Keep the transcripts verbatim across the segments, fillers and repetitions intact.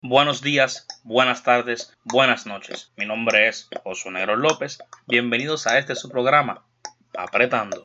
Buenos días, buenas tardes, buenas noches. Mi nombre es Josué Negro López. Bienvenidos a este su programa, Apretando.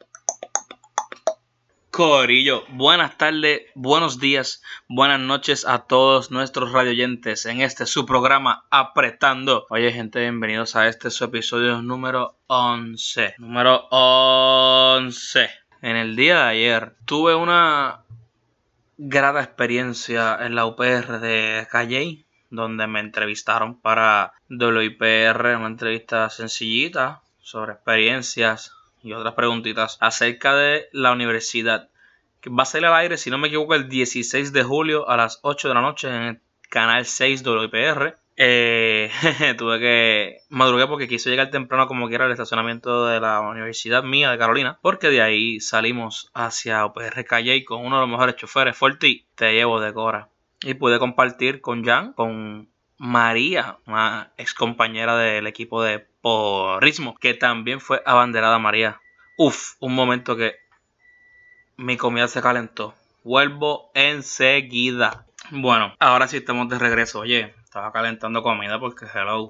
Corillo, buenas tardes, buenos días, buenas noches a todos nuestros radioyentes en este su programa Apretando. Oye gente, bienvenidos a este su episodio número once. Número once. En el día de ayer tuve una grata experiencia en la U P R de Calley, donde me entrevistaron para W I P R, una entrevista sencillita sobre experiencias y otras preguntitas acerca de la universidad, que va a salir al aire, si no me equivoco, el dieciséis de julio a las ocho de la noche en el canal seis W I P R. Eh, tuve que madrugué porque quise llegar temprano como quiera al estacionamiento de la universidad mía de Carolina, porque de ahí salimos hacia U P R Calley con uno de los mejores choferes, Forti, te llevo de Cora. Y pude compartir con Jan, con María, una ex compañera del equipo de porrismo, que también fue abanderada María. Uf, un momento que mi comida se calentó. Vuelvo enseguida. Bueno, ahora sí estamos de regreso. Oye, estaba calentando comida porque hello.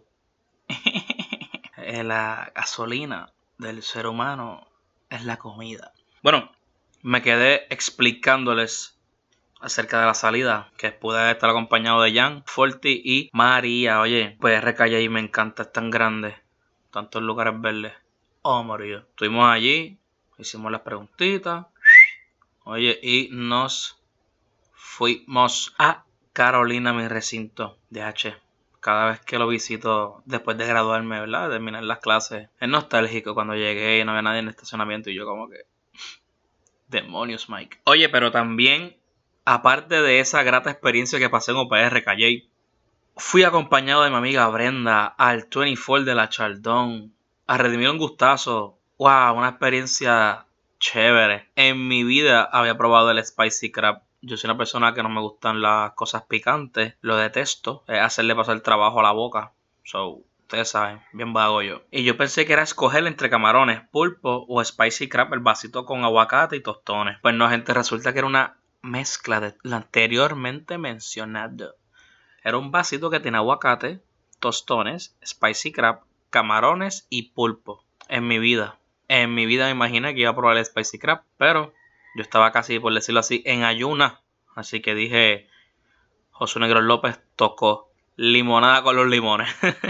La gasolina del ser humano es la comida. Bueno, me quedé explicándoles acerca de la salida, que pude estar acompañado de Jan, Forti y María. Oye, pues R K y me encanta, es tan grande, tantos lugares verdes. Oh, morillo. Estuvimos allí, hicimos las preguntitas. Oye, y nos fuimos a Carolina, mi recinto de H. Cada vez que lo visito después de graduarme, ¿verdad? De terminar las clases. Es nostálgico cuando llegué y no había nadie en el estacionamiento y yo como que... Demonios, Mike. Oye, pero también, aparte de esa grata experiencia que pasé en U P R Calley, fui acompañado de mi amiga Brenda al veinticuatro de la Chaldón a redimir un gustazo. Wow, una experiencia chévere. En mi vida había probado el Spicy Crab. Yo soy una persona que no me gustan las cosas picantes. Lo detesto. Es hacerle pasar el trabajo a la boca. So, ustedes saben, bien vago yo. Y yo pensé que era escoger entre camarones, pulpo o Spicy Crab, el vasito con aguacate y tostones. Pues no, gente, resulta que era una mezcla de lo anteriormente mencionado. Era un vasito que tenía aguacate, tostones, Spicy Crab, camarones y pulpo. En mi vida. En mi vida me imaginé que iba a probar el Spicy Crab, pero yo estaba casi, por decirlo así, en ayuna. Así que dije, Josué Negro López tocó limonada con los limones.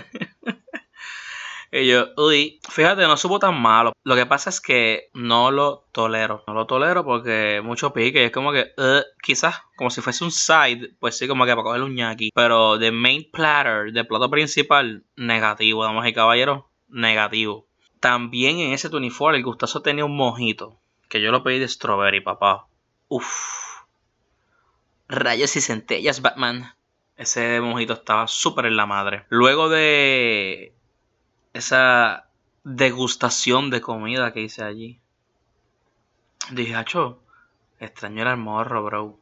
Y yo, uy, fíjate, no supo tan malo. Lo que pasa es que no lo tolero. No lo tolero porque mucho pique. Y es como que, uh, quizás, como si fuese un side, pues sí, como que para coger un ñaki. Pero de main platter, de plato principal, negativo, damas y caballeros, negativo. También en ese veinticuatro el gustazo tenía un mojito, que yo lo pedí de strawberry, papá. Uff. Rayos y centellas, Batman. Ese mojito estaba súper en la madre. Luego de esa degustación de comida que hice allí, dije, acho, extraño el almorro, bro.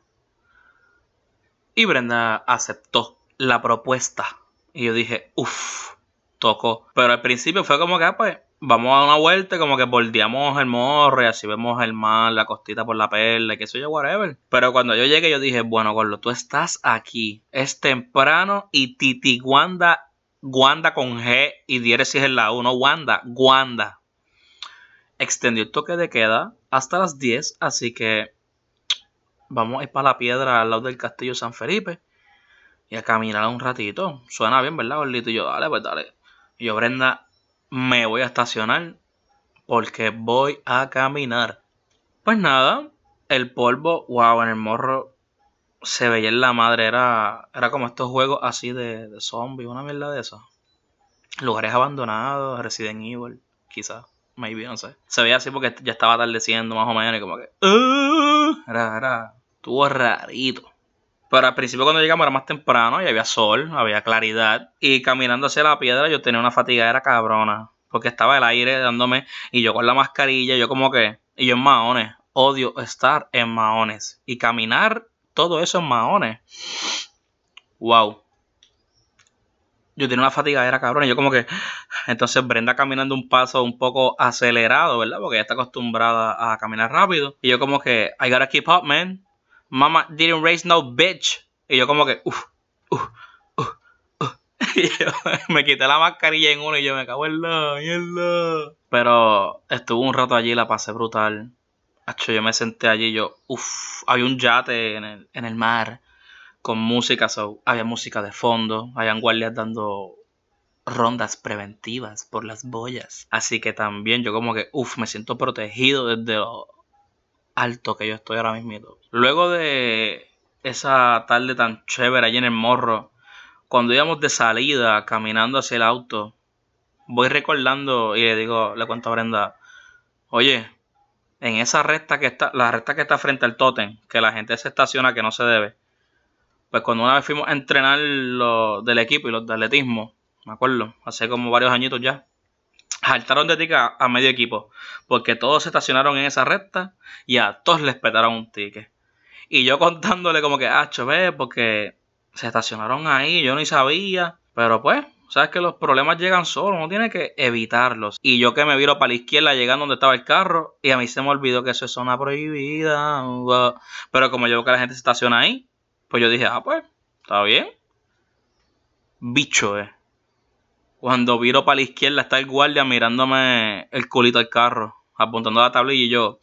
Y Brenda aceptó la propuesta. Y yo dije, uff, tocó. Pero al principio fue como que, ah, pues, vamos a dar una vuelta, como que bordeamos el morro y así vemos el mar, la costita por la perla y qué sé yo, whatever. Pero cuando yo llegué, yo dije, bueno, Gordo, tú estás aquí. Es temprano y Titi Wanda, Wanda con G y diéresis en la U, no Wanda, Wanda. Extendió el toque de queda hasta las diez, así que vamos a ir para la piedra al lado del castillo San Felipe y a caminar un ratito. Suena bien, ¿verdad, Gordito? Y yo, dale, pues dale. Y yo, Brenda, me voy a estacionar porque voy a caminar. Pues nada, el polvo, wow, en el morro se veía en la madre. Era, era como estos juegos así de, de zombies, una mierda de eso. Lugares abandonados, Resident Evil, quizás, maybe, no sé. Se veía así porque ya estaba atardeciendo más o menos y como que... Uh, era, era, estuvo rarito. Pero al principio cuando llegamos era más temprano y había sol, había claridad. Y caminando hacia la piedra yo tenía una fatigadera cabrona. Porque estaba el aire dándome y yo con la mascarilla, yo como que... Y yo en maones. Odio estar en maones. Y caminar todo eso en maones. Wow. Yo tenía una fatigadera cabrona y yo como que... Entonces Brenda caminando un paso un poco acelerado, ¿verdad? Porque ella está acostumbrada a caminar rápido. Y yo como que... I gotta keep up, man. Mama didn't raise no bitch. Y yo como que, uff, uff, Y yo me quité la mascarilla en uno y yo me cago en la mierda. Pero estuve un rato allí, la pasé brutal. Acho, yo me senté allí y yo, uff, había un yate en el, en el mar con música, so, había música de fondo, habían guardias dando rondas preventivas por las boyas. Así que también yo como que, uff, me siento protegido desde lo alto que yo estoy ahora mismo. Luego de esa tarde tan chévere allí en el morro, cuando íbamos de salida caminando hacia el auto, voy recordando y le digo, le cuento a Brenda, oye, en esa recta que está, la recta que está frente al tótem, que la gente se estaciona que no se debe, pues cuando una vez fuimos a entrenar los del equipo y los de atletismo, me acuerdo, hace como varios añitos ya, saltaron de ticket a, a medio equipo, porque todos se estacionaron en esa recta y a todos les petaron un ticket. Y yo contándole como que, ah, ve, porque se estacionaron ahí, yo ni sabía, pero pues, sabes que los problemas llegan solos, uno tiene que evitarlos. Y yo que me viro para la izquierda llegando donde estaba el carro, y a mí se me olvidó que eso es zona prohibida. Pero como yo veo que la gente se estaciona ahí, pues yo dije, ah, pues, está bien. Bicho, eh. Cuando viro para la izquierda está el guardia mirándome el culito al carro, apuntando a la tablilla y yo...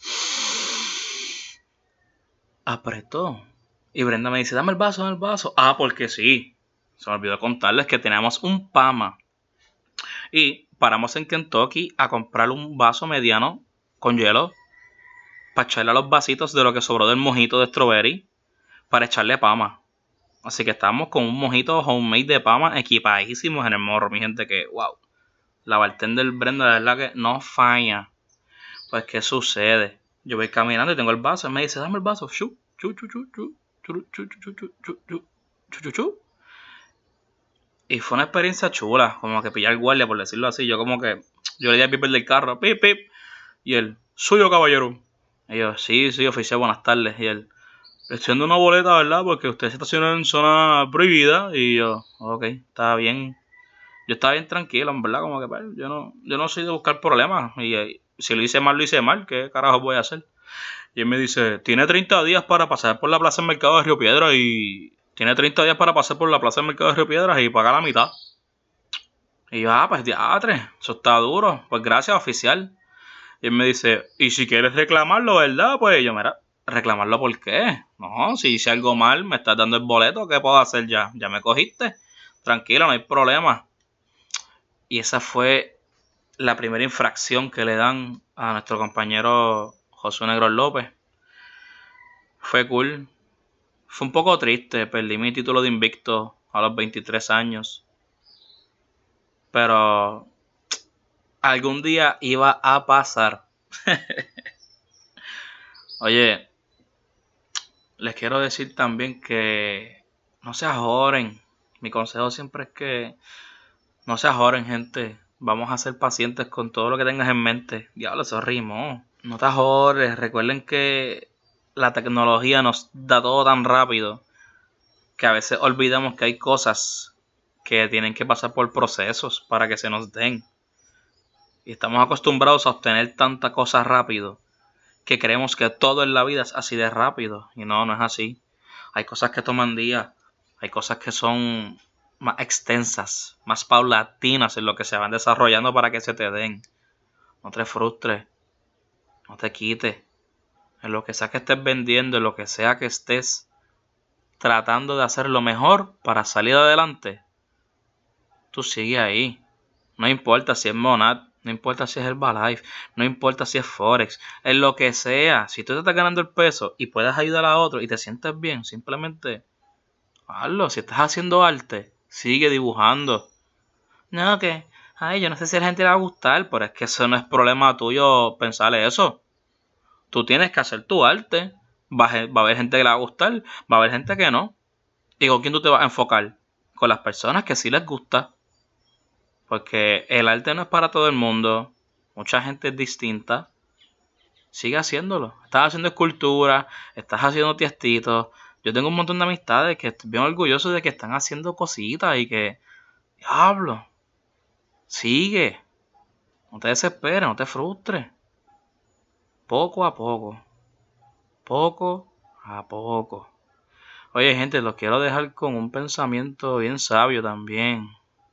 apretó. Y Brenda me dice, dame el vaso, dame el vaso. Ah, porque sí. Se me olvidó contarles que teníamos un Pama. Y paramos en Kentucky a comprar un vaso mediano con hielo para echarle a los vasitos de lo que sobró del mojito de strawberry para echarle Pama. Así que estábamos con un mojito homemade de Pama equipadísimos en el morro, mi gente, que wow. La bartender Brenda, la verdad que no falla. Pues, ¿qué sucede? Yo voy caminando y tengo el vaso. Y me dice, dame el vaso. Chu, chu, chu, chu, chu, chu, chu, chu, chu, chu, chu, chu, chu, chu. Y fue una experiencia chula, como que pillar guardia, por decirlo así. Yo como que, yo le di al piper del carro, pip, pip. Y él, suyo, caballero. Y yo, sí, sí, oficial, buenas tardes. Y él, le estoy dando una boleta, ¿verdad? Porque usted se estaciona en zona prohibida. Y yo, ok, está bien. Yo estaba bien tranquilo, en verdad, como que pues, yo no, yo no soy de buscar problemas. Y eh, si lo hice mal, lo hice mal. ¿Qué carajo voy a hacer? Y él me dice, tiene treinta días para pasar por la Plaza del Mercado de Río Piedras y... Tiene treinta días para pasar por la Plaza del Mercado de Río Piedras y pagar la mitad. Y yo, ah, pues diatre, eso está duro. Pues gracias, oficial. Y él me dice, y si quieres reclamarlo, ¿verdad? Pues yo, mira, ¿reclamarlo por qué? No, si hice algo mal, me estás dando el boleto, ¿qué puedo hacer ya? Ya me cogiste. Tranquilo, no hay problema. Y esa fue la primera infracción que le dan a nuestro compañero Josué Negro López. Fue cool. Fue un poco triste, perdí mi título de invicto a los veintitrés años. Pero algún día iba a pasar. Oye, les quiero decir también que no se ajoren. Mi consejo siempre es que no se ajoren, gente. Vamos a ser pacientes con todo lo que tengas en mente. Diablo, eso rimó. No te ajores. Recuerden que la tecnología nos da todo tan rápido que a veces olvidamos que hay cosas que tienen que pasar por procesos para que se nos den. Y estamos acostumbrados a obtener tanta cosa rápido que creemos que todo en la vida es así de rápido. Y no, no es así. Hay cosas que toman días. Hay cosas que son más extensas, más paulatinas en lo que se van desarrollando para que se te den. No te frustres. No te quites. En lo que sea que estés vendiendo, en lo que sea que estés tratando de hacer lo mejor para salir adelante, tú sigue ahí. No importa si es Monad, no importa si es Herbalife, no importa si es Forex, en lo que sea. Si tú te estás ganando el peso y puedes ayudar a otro y te sientes bien, simplemente hazlo. Si estás haciendo arte, sigue dibujando. No, que, ay, yo no sé si a la gente le va a gustar, pero es que eso no es problema tuyo pensar eso. Tú tienes que hacer tu arte. Va a, va a haber gente que le va a gustar, va a haber gente que no. ¿Y con quién tú te vas a enfocar? Con las personas que sí les gusta. Porque el arte no es para todo el mundo. Mucha gente es distinta. Sigue haciéndolo. Estás haciendo escultura, estás haciendo tiestitos. Yo tengo un montón de amistades que estoy bien orgulloso de que están haciendo cositas y que... Diablo. Sigue. No te desesperes, no te frustres. Poco a poco. Poco a poco. Oye, gente, los quiero dejar con un pensamiento bien sabio también.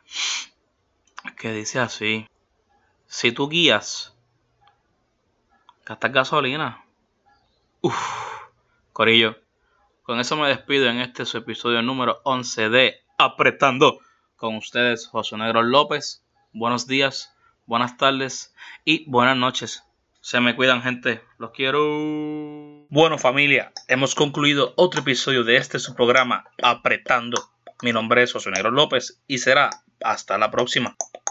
que dice así: si tú guías, gastas gasolina. Uf, corillo, con eso me despido en este su episodio número once de Apretando. Con ustedes, José Negro López. Buenos días, buenas tardes y buenas noches. Se me cuidan, gente. Los quiero. Bueno, familia, hemos concluido otro episodio de este su programa Apretando. Mi nombre es José Negro López y será hasta la próxima.